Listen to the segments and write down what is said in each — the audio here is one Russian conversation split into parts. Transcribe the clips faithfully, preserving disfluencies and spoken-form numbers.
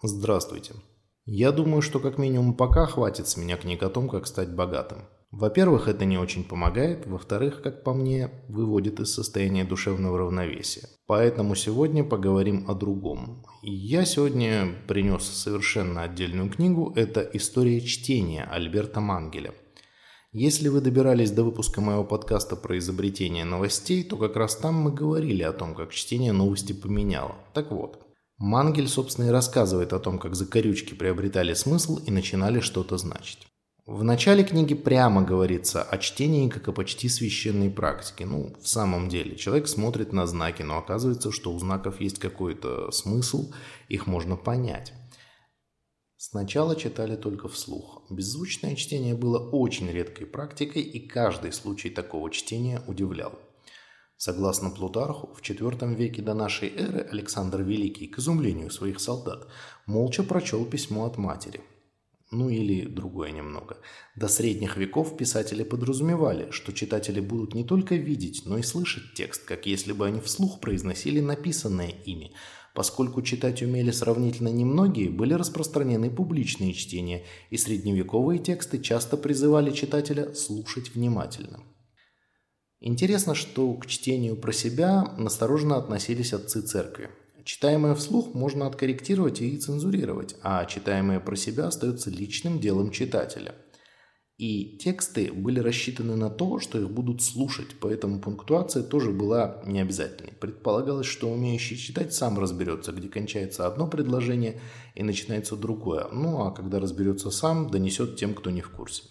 Здравствуйте. Я думаю, что как минимум пока хватит с меня книг о том, как стать богатым. Во-первых, это не очень помогает. Во-вторых, как по мне, выводит из состояния душевного равновесия. Поэтому сегодня поговорим о другом. И я сегодня принес совершенно отдельную книгу. Это «История чтения» Альберта Мангеля. Если вы добирались до выпуска моего подкаста про изобретение новостей, то как раз там мы говорили о том, как чтение новости поменяло. Так вот. Мангель, собственно, и рассказывает о том, как закорючки приобретали смысл и начинали что-то значить. В начале книги прямо говорится о чтении как о почти священной практике. Ну, в самом деле, человек смотрит на знаки, но оказывается, что у знаков есть какой-то смысл, их можно понять. Сначала читали только вслух. Беззвучное чтение было очень редкой практикой, и каждый случай такого чтения удивлял. Согласно Плутарху, в четвёртом веке до нашей эры Александр Великий, к изумлению своих солдат, молча прочел письмо от матери. Ну или другое немного. До средних веков писатели подразумевали, что читатели будут не только видеть, но и слышать текст, как если бы они вслух произносили написанное ими. Поскольку читать умели сравнительно немногие, были распространены публичные чтения, и средневековые тексты часто призывали читателя слушать внимательно. Интересно, что к чтению про себя настороженно относились отцы церкви. Читаемое вслух можно откорректировать и цензурировать, а читаемое про себя остается личным делом читателя. И тексты были рассчитаны на то, что их будут слушать, поэтому пунктуация тоже была необязательной. Предполагалось, что умеющий читать сам разберется, где кончается одно предложение и начинается другое, ну а когда разберется сам, донесет тем, кто не в курсе.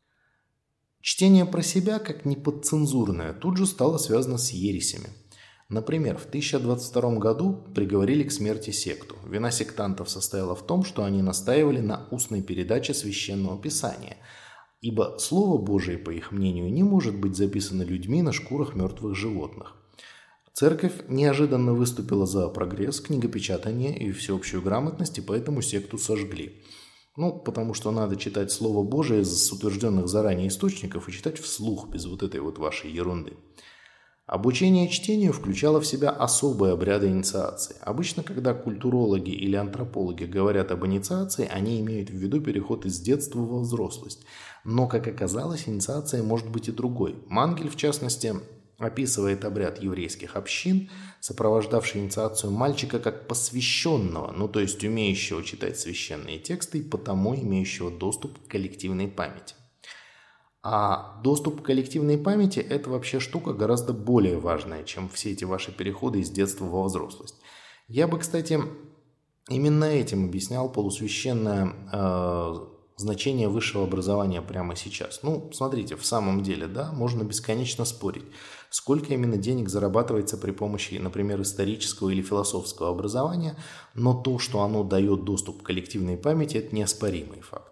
Чтение про себя, как неподцензурное, тут же стало связано с ересями. Например, в тысяча двадцать втором году приговорили к смерти секту. Вина сектантов состояла в том, что они настаивали на устной передаче священного писания, ибо Слово Божие, по их мнению, не может быть записано людьми на шкурах мертвых животных. Церковь неожиданно выступила за прогресс, книгопечатание и всеобщую грамотность, и поэтому секту сожгли. Ну, потому что надо читать Слово Божие с утвержденных заранее источников и читать вслух, без вот этой вот вашей ерунды. Обучение чтению включало в себя особые обряды инициации. Обычно, когда культурологи или антропологи говорят об инициации, они имеют в виду переход из детства во взрослость. Но, как оказалось, инициация может быть и другой. Мангель, в частности, описывает обряд еврейских общин, сопровождавший инициацию мальчика как посвященного, ну то есть умеющего читать священные тексты и потому имеющего доступ к коллективной памяти. А доступ к коллективной памяти – это вообще штука гораздо более важная, чем все эти ваши переходы из детства во взрослость. Я бы, кстати, именно этим объяснял полусвященное э, значение высшего образования прямо сейчас. Ну, смотрите, в самом деле, да, можно бесконечно спорить, сколько именно денег зарабатывается при помощи, например, исторического или философского образования, но то, что оно дает доступ к коллективной памяти, это неоспоримый факт.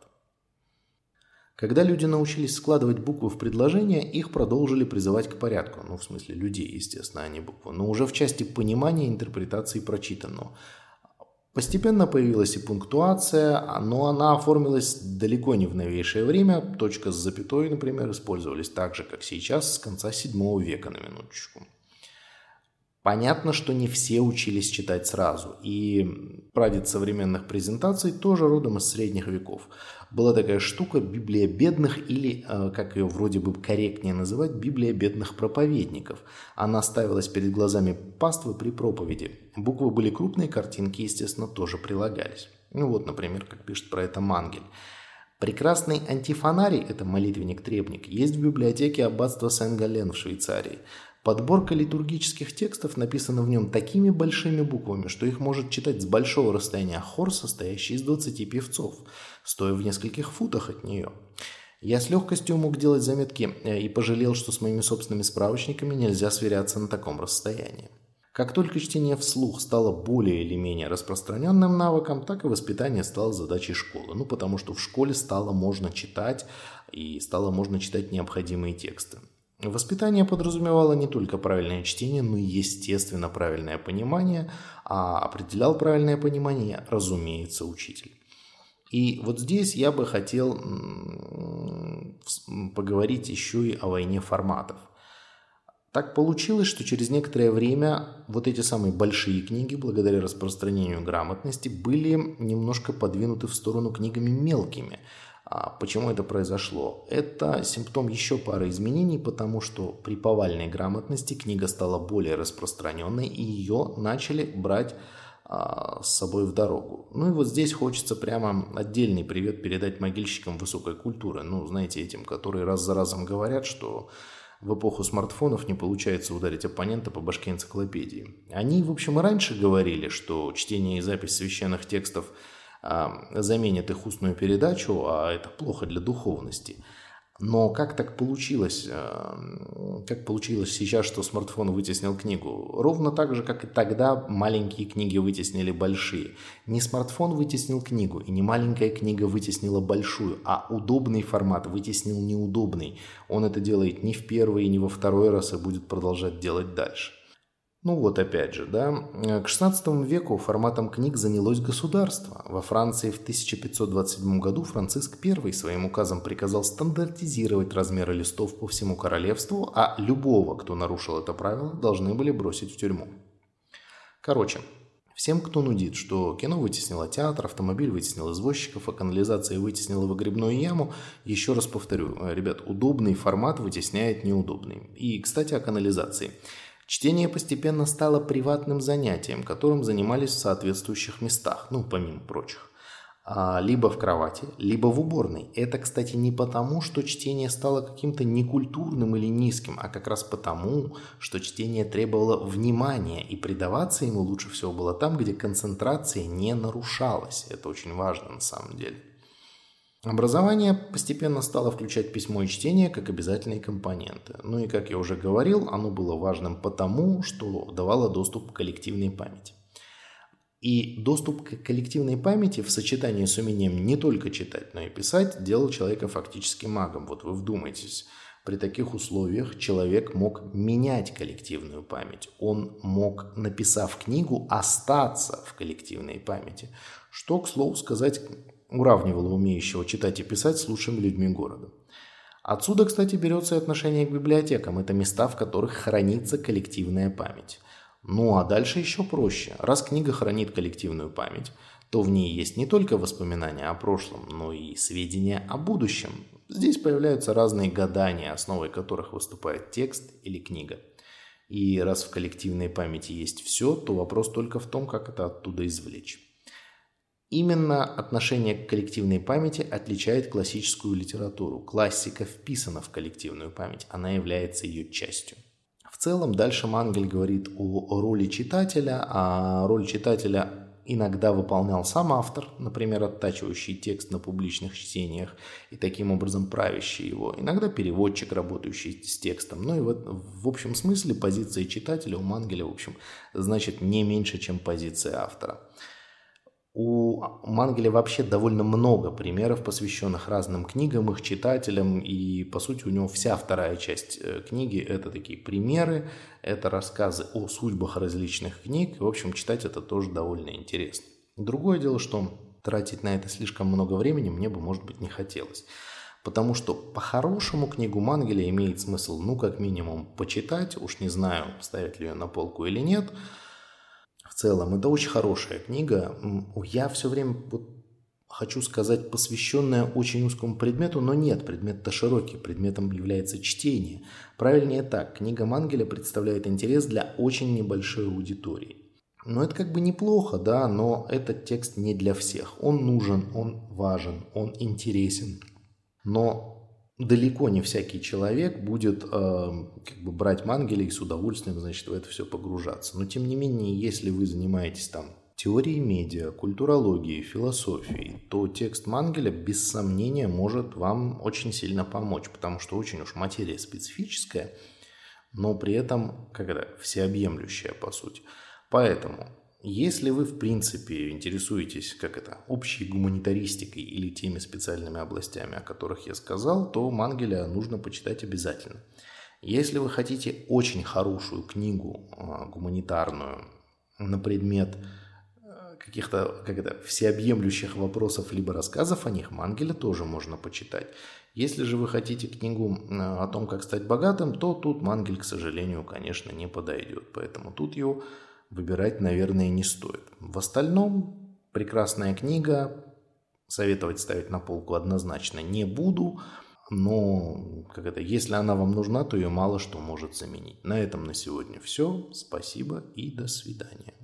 Когда люди научились складывать буквы в предложения, их продолжили призывать к порядку, ну, в смысле людей, естественно, а не буквы, но уже в части понимания и интерпретации прочитанного. Постепенно появилась и пунктуация, но она оформилась далеко не в новейшее время. Точка с запятой, например, использовались так же, как сейчас, с конца седьмого века, на минуточку. Понятно, что не все учились читать сразу, и прадед современных презентаций тоже родом из средних веков. Была такая штука «Библия бедных» или, как ее вроде бы корректнее называть, «Библия бедных проповедников». Она ставилась перед глазами паствы при проповеди. Буквы были крупные, картинки, естественно, тоже прилагались. Ну вот, например, как пишет про это Мангель. Прекрасный антифонарий, это молитвенник-требник, есть в библиотеке аббатства Сен-Гален в Швейцарии. Подборка литургических текстов написана в нем такими большими буквами, что их может читать с большого расстояния хор, состоящий из двадцати певцов, стоя в нескольких футах от нее. Я с легкостью мог делать заметки и пожалел, что с моими собственными справочниками нельзя сверяться на таком расстоянии. Как только чтение вслух стало более или менее распространенным навыком, так и воспитание стало задачей школы. Ну, потому что в школе стало можно читать, и стало можно читать необходимые тексты. Воспитание подразумевало не только правильное чтение, но и, естественно, правильное понимание, а определял правильное понимание, разумеется, учитель. И вот здесь я бы хотел поговорить еще и о войне форматов. Так получилось, что через некоторое время вот эти самые большие книги, благодаря распространению грамотности, были немножко подвинуты в сторону книгами мелкими. А почему это произошло? Это симптом еще пары изменений, потому что при повальной грамотности книга стала более распространенной, и ее начали брать а, с собой в дорогу. Ну и вот здесь хочется прямо отдельный привет передать могильщикам высокой культуры. Ну, знаете, этим, которые раз за разом говорят, что в эпоху смартфонов не получается ударить оппонента по башке энциклопедии. Они, в общем, и раньше говорили, что чтение и запись священных текстов а, заменит их устную передачу, а это плохо для духовности. Но как так получилось, а, как получилось сейчас, что смартфон вытеснил книгу? Ровно так же, как и тогда маленькие книги вытеснили большие. Не смартфон вытеснил книгу, и не маленькая книга вытеснила большую, а удобный формат вытеснил неудобный. Он это делает не в первый и не во второй раз и будет продолжать делать дальше. Ну вот опять же, да, к шестнадцатому веку форматом книг занялось государство. Во Франции в тысяча пятьсот двадцать седьмом году Франциск Первый своим указом приказал стандартизировать размеры листов по всему королевству, а любого, кто нарушил это правило, должны были бросить в тюрьму. Короче, всем, кто нудит, что кино вытеснило театр, автомобиль вытеснил извозчиков, а канализация вытеснила выгребную яму, еще раз повторю, ребят, удобный формат вытесняет неудобный. И, кстати, о канализации. Чтение постепенно стало приватным занятием, которым занимались в соответствующих местах, ну, помимо прочих. А, либо в кровати, либо в уборной. Это, кстати, не потому, что чтение стало каким-то некультурным или низким, а как раз потому, что чтение требовало внимания, и предаваться ему лучше всего было там, где концентрация не нарушалась. Это очень важно на самом деле. Образование постепенно стало включать письмо и чтение как обязательные компоненты. Ну и, как я уже говорил, оно было важным потому, что давало доступ к коллективной памяти. И доступ к коллективной памяти в сочетании с умением не только читать, но и писать делал человека фактически магом. Вот вы вдумайтесь, при таких условиях человек мог менять коллективную память. Он мог, написав книгу, остаться в коллективной памяти, что, к слову сказать, уравнивало умеющего читать и писать с лучшими людьми города. Отсюда, кстати, берется и отношение к библиотекам. Это места, в которых хранится коллективная память. Ну а дальше еще проще. Раз книга хранит коллективную память, то в ней есть не только воспоминания о прошлом, но и сведения о будущем. Здесь появляются разные гадания, основой которых выступает текст или книга. И раз в коллективной памяти есть все, то вопрос только в том, как это оттуда извлечь. Именно отношение к коллективной памяти отличает классическую литературу. Классика вписана в коллективную память, она является ее частью. В целом, дальше Мангель говорит о роли читателя, а роль читателя иногда выполнял сам автор, например, оттачивающий текст на публичных чтениях и таким образом правящий его, иногда переводчик, работающий с текстом. Ну и вот в общем смысле позиция читателя у Мангеля, в общем, значит не меньше, чем позиция автора. У Мангеля вообще довольно много примеров, посвященных разным книгам, их читателям, и, по сути, у него вся вторая часть книги – это такие примеры, это рассказы о судьбах различных книг, в общем, читать это тоже довольно интересно. Другое дело, что тратить на это слишком много времени мне бы, может быть, не хотелось, потому что по-хорошему книгу Мангеля имеет смысл, ну, как минимум, почитать, уж не знаю, ставить ли ее на полку или нет. В целом, это очень хорошая книга. Я все время вот хочу сказать, посвященная очень узкому предмету, но нет, предмет-то широкий, предметом является чтение. Правильнее так, книга Мангеля представляет интерес для очень небольшой аудитории. Но это как бы неплохо, да, но этот текст не для всех. Он нужен, он важен, он интересен. Но далеко не всякий человек будет э, как бы брать Мангеля и с удовольствием, значит, в это все погружаться. Но тем не менее, если вы занимаетесь там теорией медиа, культурологией, философией, то текст Мангеля без сомнения может вам очень сильно помочь, потому что очень уж материя специфическая, но при этом как это, всеобъемлющая по сути. Поэтому, если вы в принципе интересуетесь как это, общей гуманитаристикой или теми специальными областями, о которых я сказал, то Мангеля нужно почитать обязательно. Если вы хотите очень хорошую книгу э, гуманитарную на предмет каких-то, как это, всеобъемлющих вопросов либо рассказов о них Мангеля тоже можно почитать. Если же вы хотите книгу о том, как стать богатым, то тут Мангель, к сожалению, конечно, не подойдет. Поэтому тут его выбирать, наверное, не стоит. В остальном прекрасная книга. Советовать ставить на полку однозначно не буду. Но как это, если она вам нужна, то ее мало что может заменить. На этом на сегодня все. Спасибо и до свидания.